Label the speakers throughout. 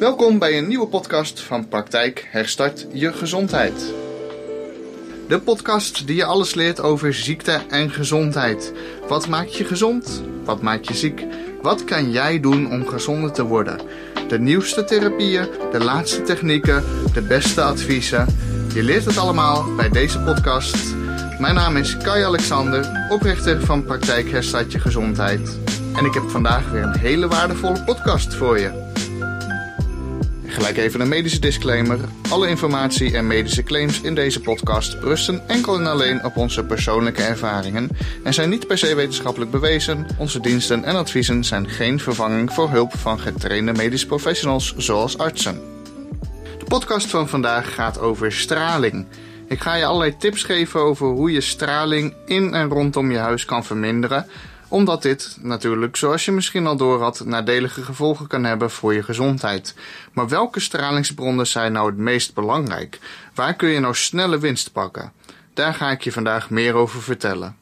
Speaker 1: Welkom bij een nieuwe podcast van Praktijk Herstart Je Gezondheid. De podcast die je alles leert over ziekte en gezondheid. Wat maakt je gezond? Wat maakt je ziek? Wat kan jij doen om gezonder te worden? De nieuwste therapieën, de laatste technieken, de beste adviezen. Je leert het allemaal bij deze podcast. Mijn naam is Kai Alexander, oprichter van Praktijk Herstart Je Gezondheid. En ik heb vandaag weer een hele waardevolle podcast voor je. Gelijk even een medische disclaimer. Alle informatie en medische claims in deze podcast rusten enkel en alleen op onze persoonlijke ervaringen en zijn niet per se wetenschappelijk bewezen. Onze diensten en adviezen zijn geen vervanging voor hulp van getrainde medische professionals zoals artsen. De podcast van vandaag gaat over straling. Ik ga je allerlei tips geven over hoe je straling in en rondom je huis kan verminderen, omdat dit natuurlijk, zoals je misschien al door had, nadelige gevolgen kan hebben voor je gezondheid. Maar welke stralingsbronnen zijn nou het meest belangrijk? Waar kun je nou snelle winst pakken? Daar ga ik je vandaag meer over vertellen.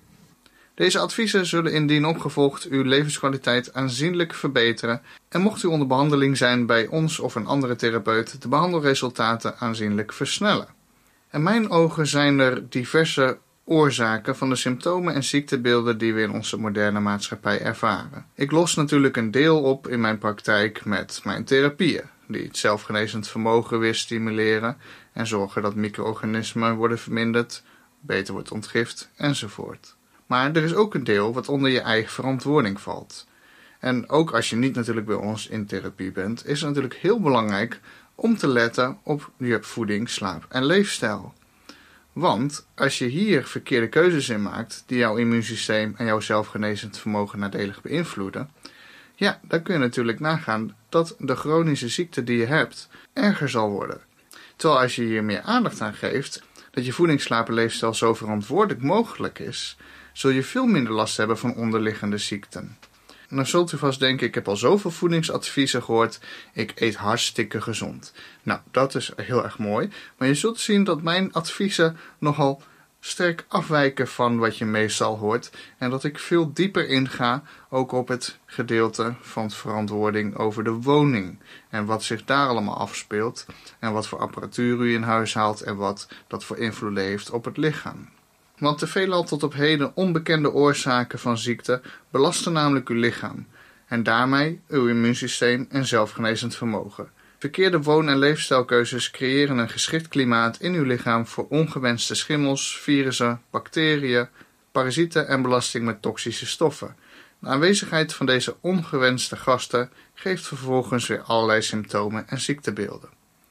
Speaker 1: Deze adviezen zullen indien opgevolgd uw levenskwaliteit aanzienlijk verbeteren en mocht u onder behandeling zijn bij ons of een andere therapeut de behandelresultaten aanzienlijk versnellen. In mijn ogen zijn er diverse oorzaken van de symptomen en ziektebeelden die we in onze moderne maatschappij ervaren. Ik los natuurlijk een deel op in mijn praktijk met mijn therapieën, die het zelfgenezend vermogen weer stimuleren en zorgen dat micro-organismen worden verminderd, beter wordt ontgift enzovoort. Maar er is ook een deel wat onder je eigen verantwoording valt. En ook als je niet natuurlijk bij ons in therapie bent, is het natuurlijk heel belangrijk om te letten op je voeding, slaap en leefstijl. Want als je hier verkeerde keuzes in maakt die jouw immuunsysteem en jouw zelfgenezend vermogen nadelig beïnvloeden, ja, dan kun je natuurlijk nagaan dat de chronische ziekte die je hebt erger zal worden. Terwijl als je hier meer aandacht aan geeft, dat je voeding, slaap en leefstijl zo verantwoordelijk mogelijk is, zul je veel minder last hebben van onderliggende ziekten. En dan zult u vast denken, ik heb al zoveel voedingsadviezen gehoord, ik eet hartstikke gezond. Nou, dat is heel erg mooi, maar je zult zien dat mijn adviezen nogal sterk afwijken van wat je meestal hoort en dat ik veel dieper inga, ook op het gedeelte van verantwoording over de woning en wat zich daar allemaal afspeelt en wat voor apparatuur u in huis haalt en wat dat voor invloed heeft op het lichaam. Want de veelal tot op heden onbekende oorzaken van ziekte belasten namelijk uw lichaam en daarmee uw immuunsysteem en zelfgenezend vermogen. Verkeerde woon- en leefstijlkeuzes creëren een geschikt klimaat in uw lichaam voor ongewenste schimmels, virussen, bacteriën, parasieten en belasting met toxische stoffen. De aanwezigheid van deze ongewenste gasten geeft vervolgens weer allerlei symptomen en ziektebeelden.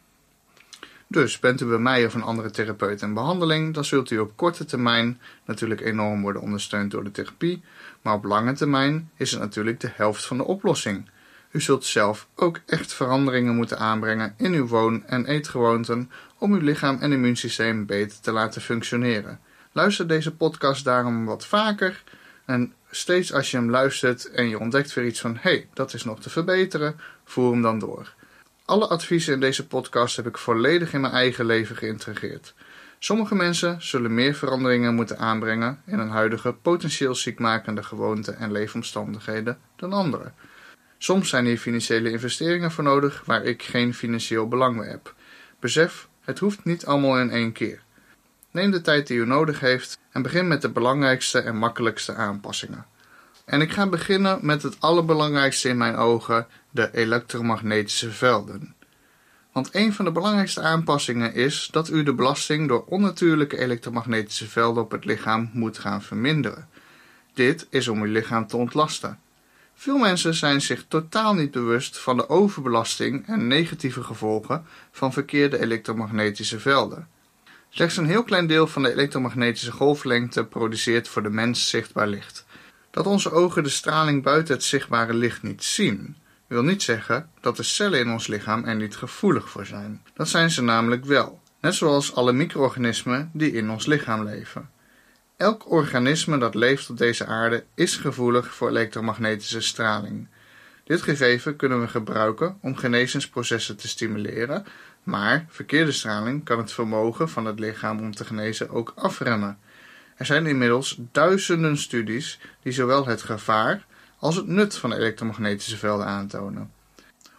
Speaker 1: Dus bent u bij mij of een andere therapeut in behandeling, dan zult u op korte termijn natuurlijk enorm worden ondersteund door de therapie, maar op lange termijn is het natuurlijk de helft van de oplossing. U zult zelf ook echt veranderingen moeten aanbrengen in uw woon- en eetgewoonten om uw lichaam en immuunsysteem beter te laten functioneren. Luister deze podcast daarom wat vaker en steeds als je hem luistert en je ontdekt weer iets van dat is nog te verbeteren, voer hem dan door. Alle adviezen in deze podcast heb ik volledig in mijn eigen leven geïntegreerd. Sommige mensen zullen meer veranderingen moeten aanbrengen in hun huidige potentieel ziekmakende gewoonten en leefomstandigheden dan anderen. Soms zijn hier financiële investeringen voor nodig waar ik geen financieel belang bij heb. Besef, het hoeft niet allemaal in één keer. Neem de tijd die u nodig heeft en begin met de belangrijkste en makkelijkste aanpassingen. En ik ga beginnen met het allerbelangrijkste in mijn ogen, de elektromagnetische velden. Want een van de belangrijkste aanpassingen is dat u de belasting door onnatuurlijke elektromagnetische velden op het lichaam moet gaan verminderen. Dit is om uw lichaam te ontlasten. Veel mensen zijn zich totaal niet bewust van de overbelasting en negatieve gevolgen van verkeerde elektromagnetische velden. Slechts een heel klein deel van de elektromagnetische golflengte produceert voor de mens zichtbaar licht. Dat onze ogen de straling buiten het zichtbare licht niet zien, wil niet zeggen dat de cellen in ons lichaam er niet gevoelig voor zijn. Dat zijn ze namelijk wel, net zoals alle micro-organismen die in ons lichaam leven. Elk organisme dat leeft op deze aarde is gevoelig voor elektromagnetische straling. Dit gegeven kunnen we gebruiken om genezingsprocessen te stimuleren, maar verkeerde straling kan het vermogen van het lichaam om te genezen ook afremmen. Er zijn inmiddels duizenden studies die zowel het gevaar als het nut van elektromagnetische velden aantonen.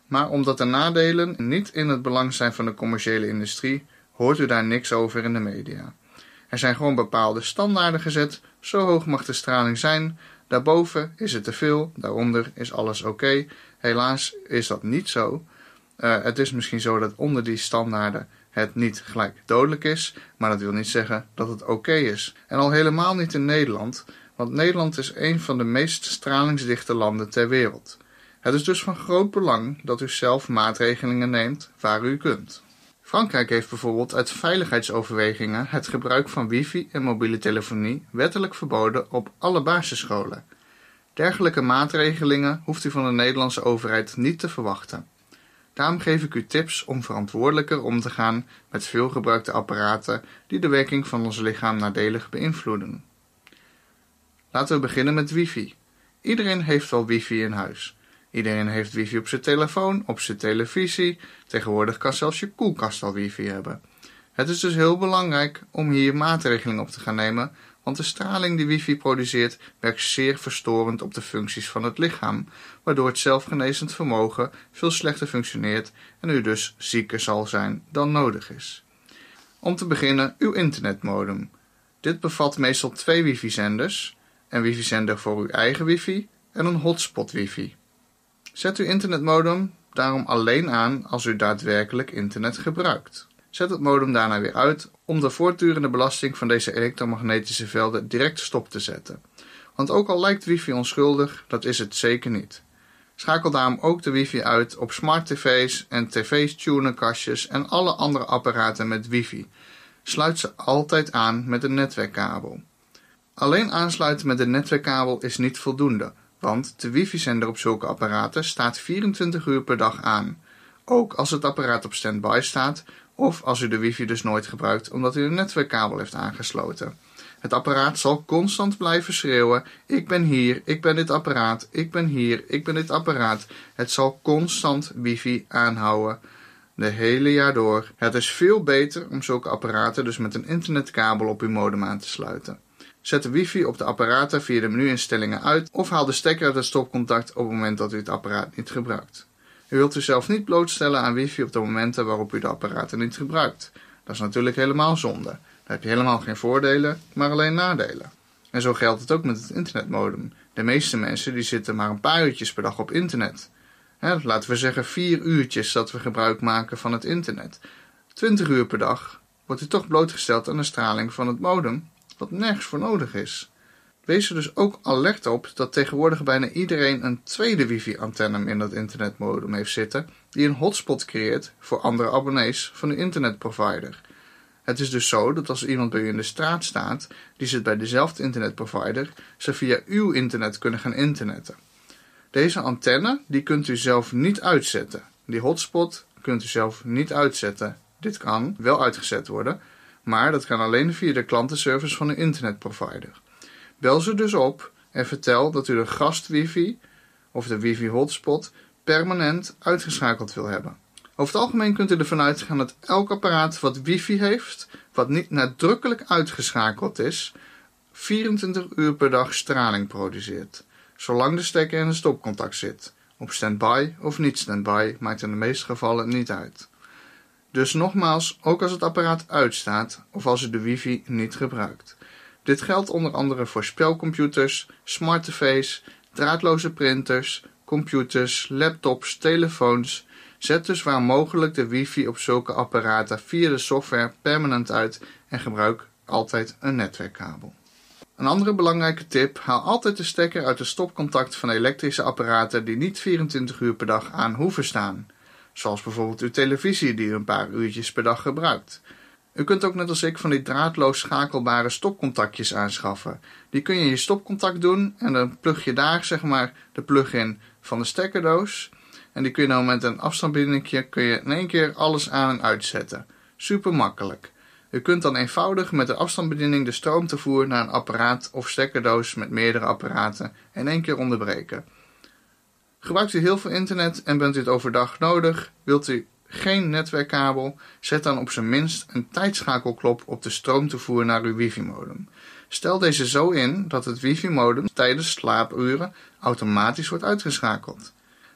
Speaker 1: Maar omdat de nadelen niet in het belang zijn van de commerciële industrie, hoort u daar niks over in de media. Er zijn gewoon bepaalde standaarden gezet, zo hoog mag de straling zijn, daarboven is het te veel, daaronder is alles oké. Helaas is dat niet zo. Het is misschien zo dat onder die standaarden het niet gelijk dodelijk is, maar dat wil niet zeggen dat het oké is. En al helemaal niet in Nederland, want Nederland is een van de meest stralingsdichte landen ter wereld. Het is dus van groot belang dat u zelf maatregelingen neemt waar u kunt. Frankrijk heeft bijvoorbeeld uit veiligheidsoverwegingen het gebruik van wifi en mobiele telefonie wettelijk verboden op alle basisscholen. Dergelijke maatregelingen hoeft u van de Nederlandse overheid niet te verwachten. Daarom geef ik u tips om verantwoordelijker om te gaan met veelgebruikte apparaten die de werking van ons lichaam nadelig beïnvloeden. Laten we beginnen met wifi. Iedereen heeft wel wifi in huis. Iedereen heeft wifi op zijn telefoon, op zijn televisie. Tegenwoordig kan zelfs je koelkast al wifi hebben. Het is dus heel belangrijk om hier maatregelingen op te gaan nemen, want de straling die wifi produceert werkt zeer verstorend op de functies van het lichaam, waardoor het zelfgenezend vermogen veel slechter functioneert en u dus zieker zal zijn dan nodig is. Om te beginnen uw internetmodem. Dit bevat meestal 2 wifi-zenders, een wifi-zender voor uw eigen wifi en een hotspot wifi. Zet uw internetmodem daarom alleen aan als u daadwerkelijk internet gebruikt. Zet het modem daarna weer uit om de voortdurende belasting van deze elektromagnetische velden direct stop te zetten. Want ook al lijkt wifi onschuldig, dat is het zeker niet. Schakel daarom ook de wifi uit op smart tv's en tv-tunerkastjes en alle andere apparaten met wifi. Sluit ze altijd aan met een netwerkkabel. Alleen aansluiten met een netwerkkabel is niet voldoende, want de wifi-zender op zulke apparaten staat 24 uur per dag aan. Ook als het apparaat op standby staat of als u de wifi dus nooit gebruikt omdat u een netwerkkabel heeft aangesloten. Het apparaat zal constant blijven schreeuwen: ik ben hier, ik ben dit apparaat, ik ben hier, ik ben dit apparaat. Het zal constant wifi aanhouden, de hele jaar door. Het is veel beter om zulke apparaten dus met een internetkabel op uw modem aan te sluiten. Zet de wifi op de apparaten via de menuinstellingen uit of haal de stekker uit het stopcontact op het moment dat u het apparaat niet gebruikt. U wilt uzelf niet blootstellen aan wifi op de momenten waarop u de apparaten niet gebruikt. Dat is natuurlijk helemaal zonde. Dan heb je helemaal geen voordelen, maar alleen nadelen. En zo geldt het ook met het internetmodem. De meeste mensen die zitten maar een paar uurtjes per dag op internet. Laten we zeggen 4 uurtjes dat we gebruik maken van het internet. 20 uur per dag wordt u toch blootgesteld aan de straling van het modem, wat nergens voor nodig is. Wees er dus ook alert op dat tegenwoordig bijna iedereen een tweede wifi-antenne in dat internetmodem heeft zitten, die een hotspot creëert voor andere abonnees van de internetprovider. Het is dus zo dat als iemand bij u in de straat staat, die zit bij dezelfde internetprovider, ze via uw internet kunnen gaan internetten. Deze antenne die kunt u zelf niet uitzetten. Die hotspot kunt u zelf niet uitzetten. Dit kan wel uitgezet worden, maar dat kan alleen via de klantenservice van uw internetprovider. Bel ze dus op en vertel dat u de gastwifi of de wifi-hotspot permanent uitgeschakeld wil hebben. Over het algemeen kunt u ervan uitgaan dat elk apparaat wat wifi heeft, wat niet nadrukkelijk uitgeschakeld is, 24 uur per dag straling produceert. Zolang de stekker in een stopcontact zit. Op standby of niet standby maakt in de meeste gevallen niet uit. Dus nogmaals, ook als het apparaat uitstaat of als u de wifi niet gebruikt. Dit geldt onder andere voor spelcomputers, smart tv's, draadloze printers, computers, laptops, telefoons. Zet dus waar mogelijk de wifi op zulke apparaten via de software permanent uit en gebruik altijd een netwerkkabel. Een andere belangrijke tip: haal altijd de stekker uit het stopcontact van elektrische apparaten die niet 24 uur per dag aan hoeven staan. Zoals bijvoorbeeld uw televisie die u een paar uurtjes per dag gebruikt. U kunt ook net als ik van die draadloos schakelbare stopcontactjes aanschaffen. Die kun je in je stopcontact doen en dan plug je daar de plug-in van de stekkerdoos. En die kun je dan met een afstandsbedieningje in één keer alles aan en uitzetten. Super makkelijk. U kunt dan eenvoudig met de afstandsbediening de stroomtoevoer naar een apparaat of stekkerdoos met meerdere apparaten in één keer onderbreken. Gebruikt u heel veel internet en bent u het overdag nodig? Wilt u geen netwerkkabel? Zet dan op zijn minst een tijdschakelklop op de stroomtoevoer naar uw wifi-modem. Stel deze zo in dat het wifi-modem tijdens slaapuren automatisch wordt uitgeschakeld.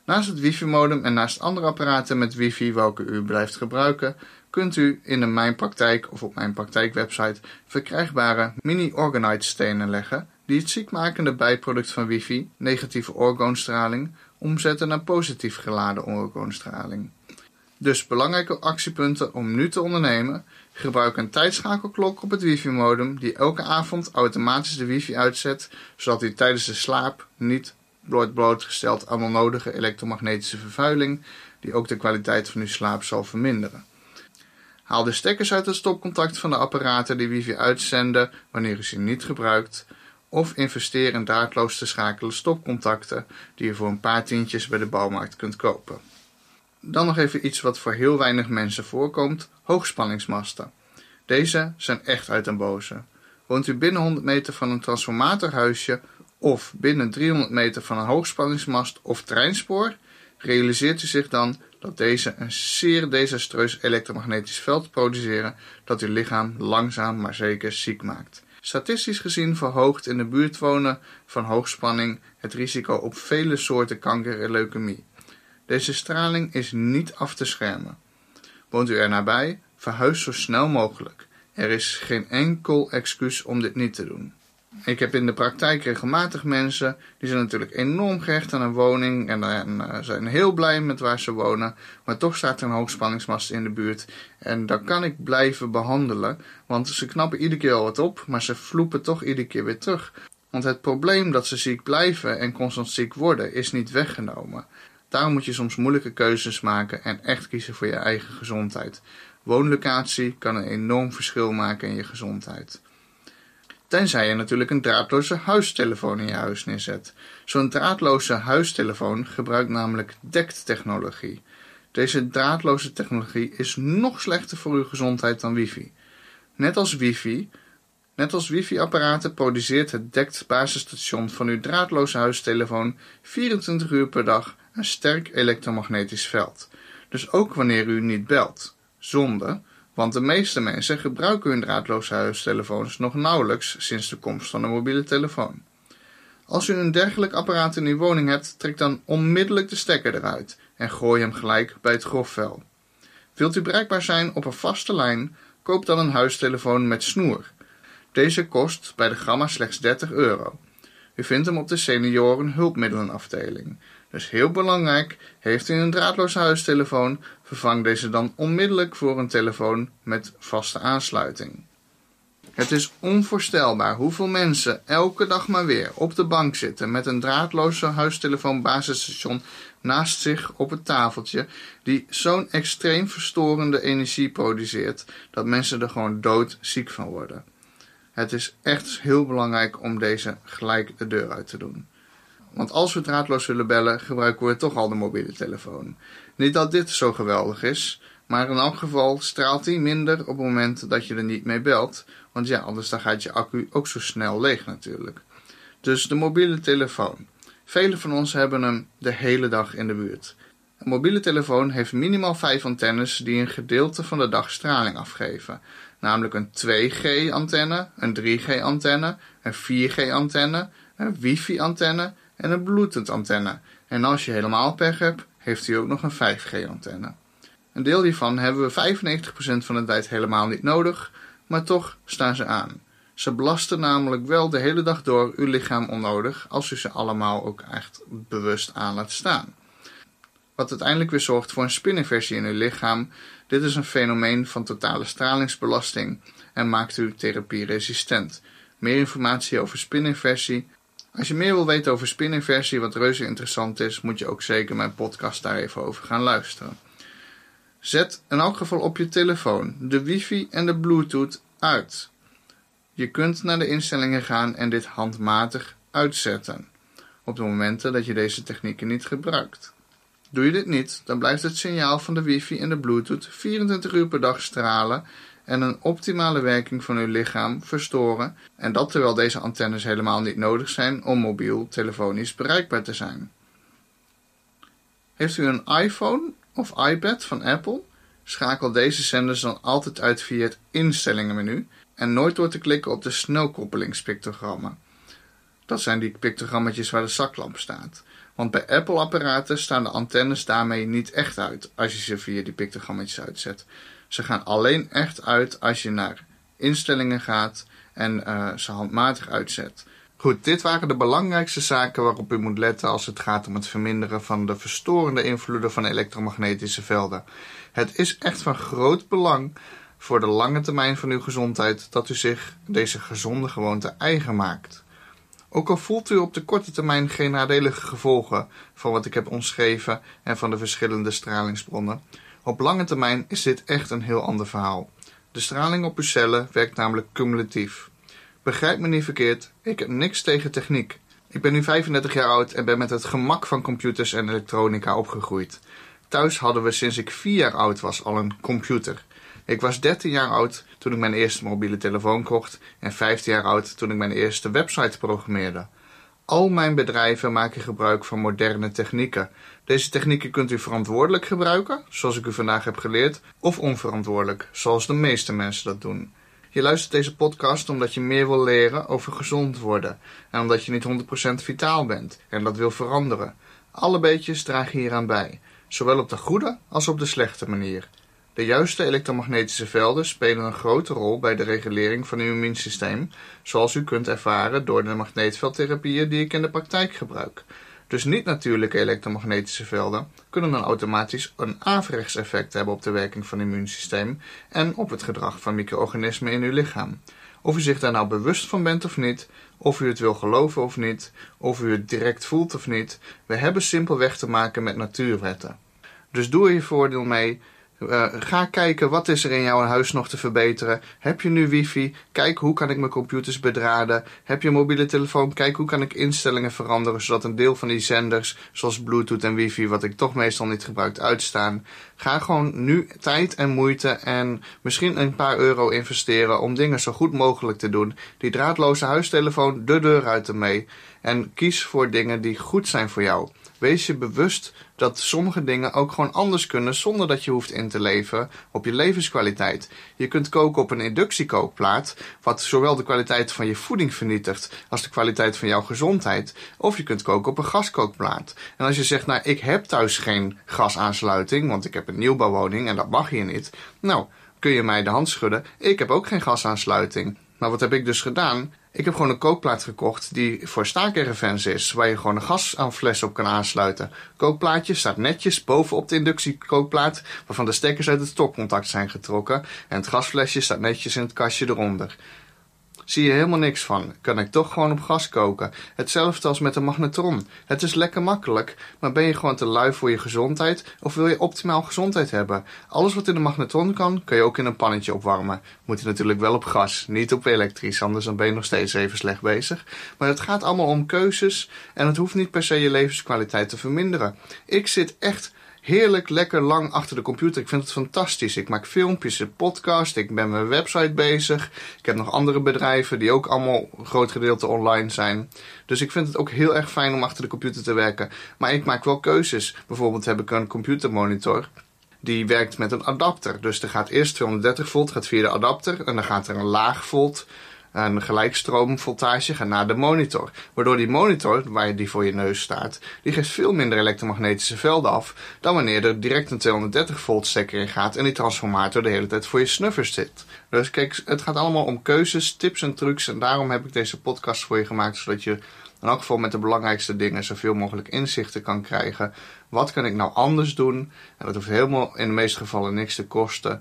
Speaker 1: Naast het wifi-modem en naast andere apparaten met wifi welke u blijft gebruiken, kunt u in de Mijn Praktijk of op Mijn Praktijk-website verkrijgbare mini-orgonite-stenen leggen die het ziekmakende bijproduct van wifi, negatieve orgoonstraling, omzetten naar positief geladen orgoonstraling. Dus belangrijke actiepunten om nu te ondernemen: gebruik een tijdschakelklok op het wifi-modem die elke avond automatisch de wifi uitzet, zodat u tijdens de slaap niet wordt blootgesteld aan onnodige elektromagnetische vervuiling die ook de kwaliteit van uw slaap zal verminderen. Haal de stekkers uit het stopcontact van de apparaten die wifi uitzenden wanneer u ze niet gebruikt, of investeer in draadloos te schakelen stopcontacten die je voor een paar tientjes bij de bouwmarkt kunt kopen. Dan nog even iets wat voor heel weinig mensen voorkomt: hoogspanningsmasten. Deze zijn echt uit den boze. Woont u binnen 100 meter van een transformatorhuisje of binnen 300 meter van een hoogspanningsmast of treinspoor, realiseert u zich dan dat deze een zeer desastreus elektromagnetisch veld produceren dat uw lichaam langzaam maar zeker ziek maakt. Statistisch gezien verhoogt in de buurt wonen van hoogspanning het risico op vele soorten kanker en leukemie. Deze straling is niet af te schermen. Woont u er nabij? Verhuis zo snel mogelijk. Er is geen enkel excuus om dit niet te doen. Ik heb in de praktijk regelmatig mensen die zijn natuurlijk enorm gehecht aan een woning en zijn heel blij met waar ze wonen, maar toch staat er een hoogspanningsmast in de buurt en daar kan ik blijven behandelen, want ze knappen iedere keer al wat op, maar ze vloepen toch iedere keer weer terug. Want het probleem dat ze ziek blijven en constant ziek worden is niet weggenomen. Daarom moet je soms moeilijke keuzes maken en echt kiezen voor je eigen gezondheid. Woonlocatie kan een enorm verschil maken in je gezondheid. Tenzij je natuurlijk een draadloze huistelefoon in je huis neerzet. Zo'n draadloze huistelefoon gebruikt namelijk DECT-technologie. Deze draadloze technologie is nog slechter voor uw gezondheid dan wifi. Net als wifi-apparaten produceert het DECT-basisstation van uw draadloze huistelefoon 24 uur per dag een sterk elektromagnetisch veld. Dus ook wanneer u niet belt. Zonde, want de meeste mensen gebruiken hun draadloze huistelefoons nog nauwelijks sinds de komst van de mobiele telefoon. Als u een dergelijk apparaat in uw woning hebt, trek dan onmiddellijk de stekker eruit en gooi hem gelijk bij het grofvel. Wilt u bereikbaar zijn op een vaste lijn, koop dan een huistelefoon met snoer. Deze kost bij de Gamma slechts €30. U vindt hem op de senioren hulpmiddelenafdeling. Dus heel belangrijk, heeft u een draadloze huistelefoon, vervang deze dan onmiddellijk voor een telefoon met vaste aansluiting. Het is onvoorstelbaar hoeveel mensen elke dag maar weer op de bank zitten met een draadloze huistelefoon basisstation naast zich op het tafeltje die zo'n extreem verstorende energie produceert dat mensen er gewoon doodziek van worden. Het is echt heel belangrijk om deze gelijk de deur uit te doen. Want als we draadloos willen bellen, gebruiken we toch al de mobiele telefoon. Niet dat dit zo geweldig is, maar in elk geval straalt die minder op het moment dat je er niet mee belt. Want ja, anders dan gaat je accu ook zo snel leeg natuurlijk. Dus de mobiele telefoon. Velen van ons hebben hem de hele dag in de buurt. Een mobiele telefoon heeft minimaal 5 antennes die een gedeelte van de dag straling afgeven. Namelijk een 2G-antenne, een 3G-antenne, een 4G-antenne, een wifi-antenne en een Bluetooth-antenne. En als je helemaal pech hebt, heeft hij ook nog een 5G-antenne. Een deel hiervan hebben we 95% van de tijd helemaal niet nodig, maar toch staan ze aan. Ze belasten namelijk wel de hele dag door uw lichaam onnodig, als u ze allemaal ook echt bewust aan laat staan. Wat uiteindelijk weer zorgt voor een spininversie in uw lichaam. Dit is een fenomeen van totale stralingsbelasting en maakt u therapieresistent. Meer informatie over spininversie. Als je meer wil weten over spininversie, wat reuze interessant is, moet je ook zeker mijn podcast daar even over gaan luisteren. Zet in elk geval op je telefoon de wifi en de bluetooth uit. Je kunt naar de instellingen gaan en dit handmatig uitzetten, op de momenten dat je deze technieken niet gebruikt. Doe je dit niet, dan blijft het signaal van de wifi en de bluetooth 24 uur per dag stralen en een optimale werking van uw lichaam verstoren, en dat terwijl deze antennes helemaal niet nodig zijn om mobiel telefonisch bereikbaar te zijn. Heeft u een iPhone of iPad van Apple? Schakel deze zenders dan altijd uit via het instellingenmenu en nooit door te klikken op de snelkoppelingspictogrammen. Dat zijn die pictogrammetjes waar de zaklamp staat. Want bij Apple-apparaten staan de antennes daarmee niet echt uit als je ze via die pictogrammetjes uitzet. Ze gaan alleen echt uit als je naar instellingen gaat en ze handmatig uitzet. Goed, dit waren de belangrijkste zaken waarop u moet letten als het gaat om het verminderen van de verstorende invloeden van elektromagnetische velden. Het is echt van groot belang voor de lange termijn van uw gezondheid dat u zich deze gezonde gewoonte eigen maakt. Ook al voelt u op de korte termijn geen nadelige gevolgen van wat ik heb omschreven en van de verschillende stralingsbronnen, op lange termijn is dit echt een heel ander verhaal. De straling op uw cellen werkt namelijk cumulatief. Begrijp me niet verkeerd, ik heb niks tegen techniek. Ik ben nu 35 jaar oud en ben met het gemak van computers en elektronica opgegroeid. Thuis hadden we sinds ik 4 jaar oud was al een computer. Ik was 13 jaar oud toen ik mijn eerste mobiele telefoon kocht en 15 jaar oud toen ik mijn eerste website programmeerde. Al mijn bedrijven maken gebruik van moderne technieken. Deze technieken kunt u verantwoordelijk gebruiken, zoals ik u vandaag heb geleerd, of onverantwoordelijk, zoals de meeste mensen dat doen. Je luistert deze podcast omdat je meer wil leren over gezond worden en omdat je niet 100% vitaal bent en dat wil veranderen. Alle beetjes dragen hieraan bij, zowel op de goede als op de slechte manier. De juiste elektromagnetische velden spelen een grote rol bij de regulering van uw immuunsysteem, zoals u kunt ervaren door de magneetveldtherapieën die ik in de praktijk gebruik. Dus niet-natuurlijke elektromagnetische velden kunnen dan automatisch een averechts effect hebben op de werking van het immuunsysteem en op het gedrag van micro-organismen in uw lichaam. Of u zich daar nou bewust van bent of niet, of u het wil geloven of niet, of u het direct voelt of niet, we hebben simpelweg te maken met natuurwetten. Dus doe er je voordeel mee. Ga kijken wat is er in jouw huis nog te verbeteren. Heb je nu wifi? Kijk hoe kan ik mijn computers bedraden. Heb je een mobiele telefoon? Kijk hoe kan ik instellingen veranderen zodat een deel van die zenders zoals Bluetooth en wifi, wat ik toch meestal niet gebruik, uitstaan. Ga gewoon nu tijd en moeite en misschien een paar euro investeren om dingen zo goed mogelijk te doen. Die draadloze huistelefoon de deur uit ermee. En kies voor dingen die goed zijn voor jou. Wees je bewust dat sommige dingen ook gewoon anders kunnen zonder dat je hoeft in te leveren op je levenskwaliteit. Je kunt koken op een inductiekookplaat, wat zowel de kwaliteit van je voeding vernietigt als de kwaliteit van jouw gezondheid. Of je kunt koken op een gaskookplaat. En als je zegt, nou ik heb thuis geen gasaansluiting, want ik heb een nieuwbouwwoning en dat mag hier niet. Nou, kun je mij de hand schudden, ik heb ook geen gasaansluiting. Maar wat heb ik dus gedaan? Ik heb gewoon een kookplaat gekocht die voor staakervens is, waar je gewoon een gasfles op kan aansluiten. Kookplaatje staat netjes bovenop de inductiekookplaat, waarvan de stekkers uit het stopcontact zijn getrokken. En het gasflesje staat netjes in het kastje eronder. Zie je helemaal niks van. Kan ik toch gewoon op gas koken. Hetzelfde als met een magnetron. Het is lekker makkelijk, maar ben je gewoon te lui voor je gezondheid of wil je optimaal gezondheid hebben? Alles wat in de magnetron kan je ook in een pannetje opwarmen. Moet je natuurlijk wel op gas, niet op elektrisch, anders dan ben je nog steeds even slecht bezig. Maar het gaat allemaal om keuzes en het hoeft niet per se je levenskwaliteit te verminderen. Ik zit echt heerlijk, lekker lang achter de computer. Ik vind het fantastisch. Ik maak filmpjes, een podcast, ik ben met mijn website bezig. Ik heb nog andere bedrijven die ook allemaal een groot gedeelte online zijn. Dus ik vind het ook heel erg fijn om achter de computer te werken. Maar ik maak wel keuzes. Bijvoorbeeld heb ik een computermonitor. Die werkt met een adapter. Dus er gaat eerst 230 volt, gaat via de adapter. En dan gaat er een laag volt, een gelijkstroomvoltage, gaat naar de monitor. Waardoor die monitor, waar die voor je neus staat, die geeft veel minder elektromagnetische velden af dan wanneer er direct een 230 volt stekker in gaat en die transformator de hele tijd voor je snuffers zit. Dus kijk, het gaat allemaal om keuzes, tips en trucs en daarom heb ik deze podcast voor je gemaakt, zodat je in elk geval met de belangrijkste dingen zoveel mogelijk inzichten kan krijgen. Wat kan ik nou anders doen? En dat hoeft helemaal in de meeste gevallen niks te kosten.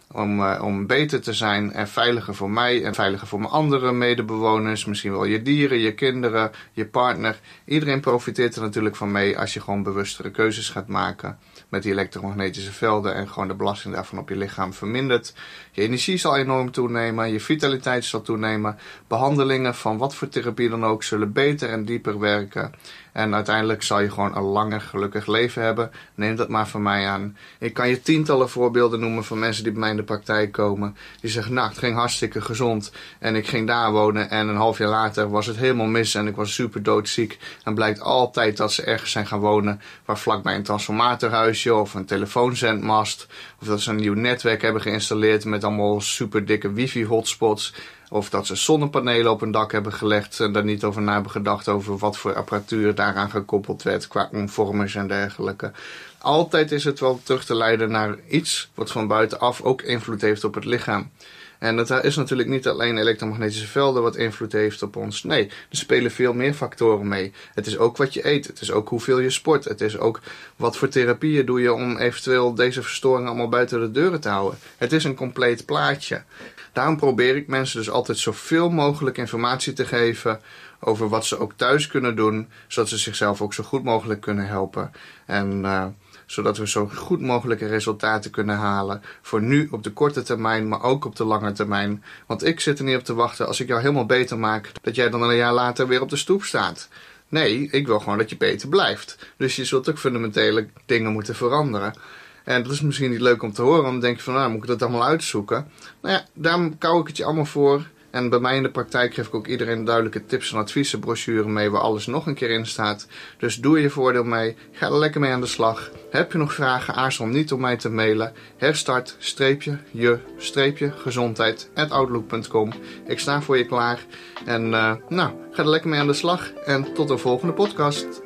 Speaker 1: Om beter te zijn en veiliger voor mij en veiliger voor mijn andere medebewoners. Misschien wel je dieren, je kinderen, je partner. Iedereen profiteert er natuurlijk van mee als je gewoon bewustere keuzes gaat maken met die elektromagnetische velden en gewoon de belasting daarvan op je lichaam vermindert. Je energie zal enorm toenemen, je vitaliteit zal toenemen. Behandelingen van wat voor therapie dan ook zullen beter en dieper werken. En uiteindelijk zal je gewoon een langer gelukkig leven hebben. Neem dat maar van mij aan. Ik kan je tientallen voorbeelden noemen van mensen die bij mij in de praktijk komen. Die zeggen, nou, het ging hartstikke gezond. En ik ging daar wonen en een half jaar later was het helemaal mis en ik was super doodziek. En blijkt altijd dat ze ergens zijn gaan wonen waar vlakbij een transformatorhuisje of een telefoonzendmast. Of dat ze een nieuw netwerk hebben geïnstalleerd met allemaal super dikke wifi hotspots. Of dat ze zonnepanelen op hun dak hebben gelegd en daar niet over na hebben gedacht over wat voor apparatuur daaraan gekoppeld werd qua omvormers en dergelijke. Altijd is het wel terug te leiden naar iets wat van buitenaf ook invloed heeft op het lichaam. En het is natuurlijk niet alleen elektromagnetische velden wat invloed heeft op ons. Nee, er spelen veel meer factoren mee. Het is ook wat je eet. Het is ook hoeveel je sport. Het is ook wat voor therapieën doe je om eventueel deze verstoringen allemaal buiten de deuren te houden. Het is een compleet plaatje. Daarom probeer ik mensen dus altijd zoveel mogelijk informatie te geven over wat ze ook thuis kunnen doen, zodat ze zichzelf ook zo goed mogelijk kunnen helpen. En zodat we zo goed mogelijke resultaten kunnen halen. Voor nu op de korte termijn, maar ook op de lange termijn. Want ik zit er niet op te wachten als ik jou helemaal beter maak, dat jij dan een jaar later weer op de stoep staat. Nee, ik wil gewoon dat je beter blijft. Dus je zult ook fundamentele dingen moeten veranderen. En dat is misschien niet leuk om te horen, dan denk je van, nou, moet ik dat allemaal uitzoeken? Nou ja, daarom kou ik het je allemaal voor. En bij mij in de praktijk geef ik ook iedereen duidelijke tips en adviezen brochure mee waar alles nog een keer in staat. Dus doe je voordeel mee. Ga er lekker mee aan de slag. Heb je nog vragen? Aarzel niet om mij te mailen. herstart-je-gezondheid@outlook.com. Ik sta voor je klaar. En ga er lekker mee aan de slag. En tot de volgende podcast.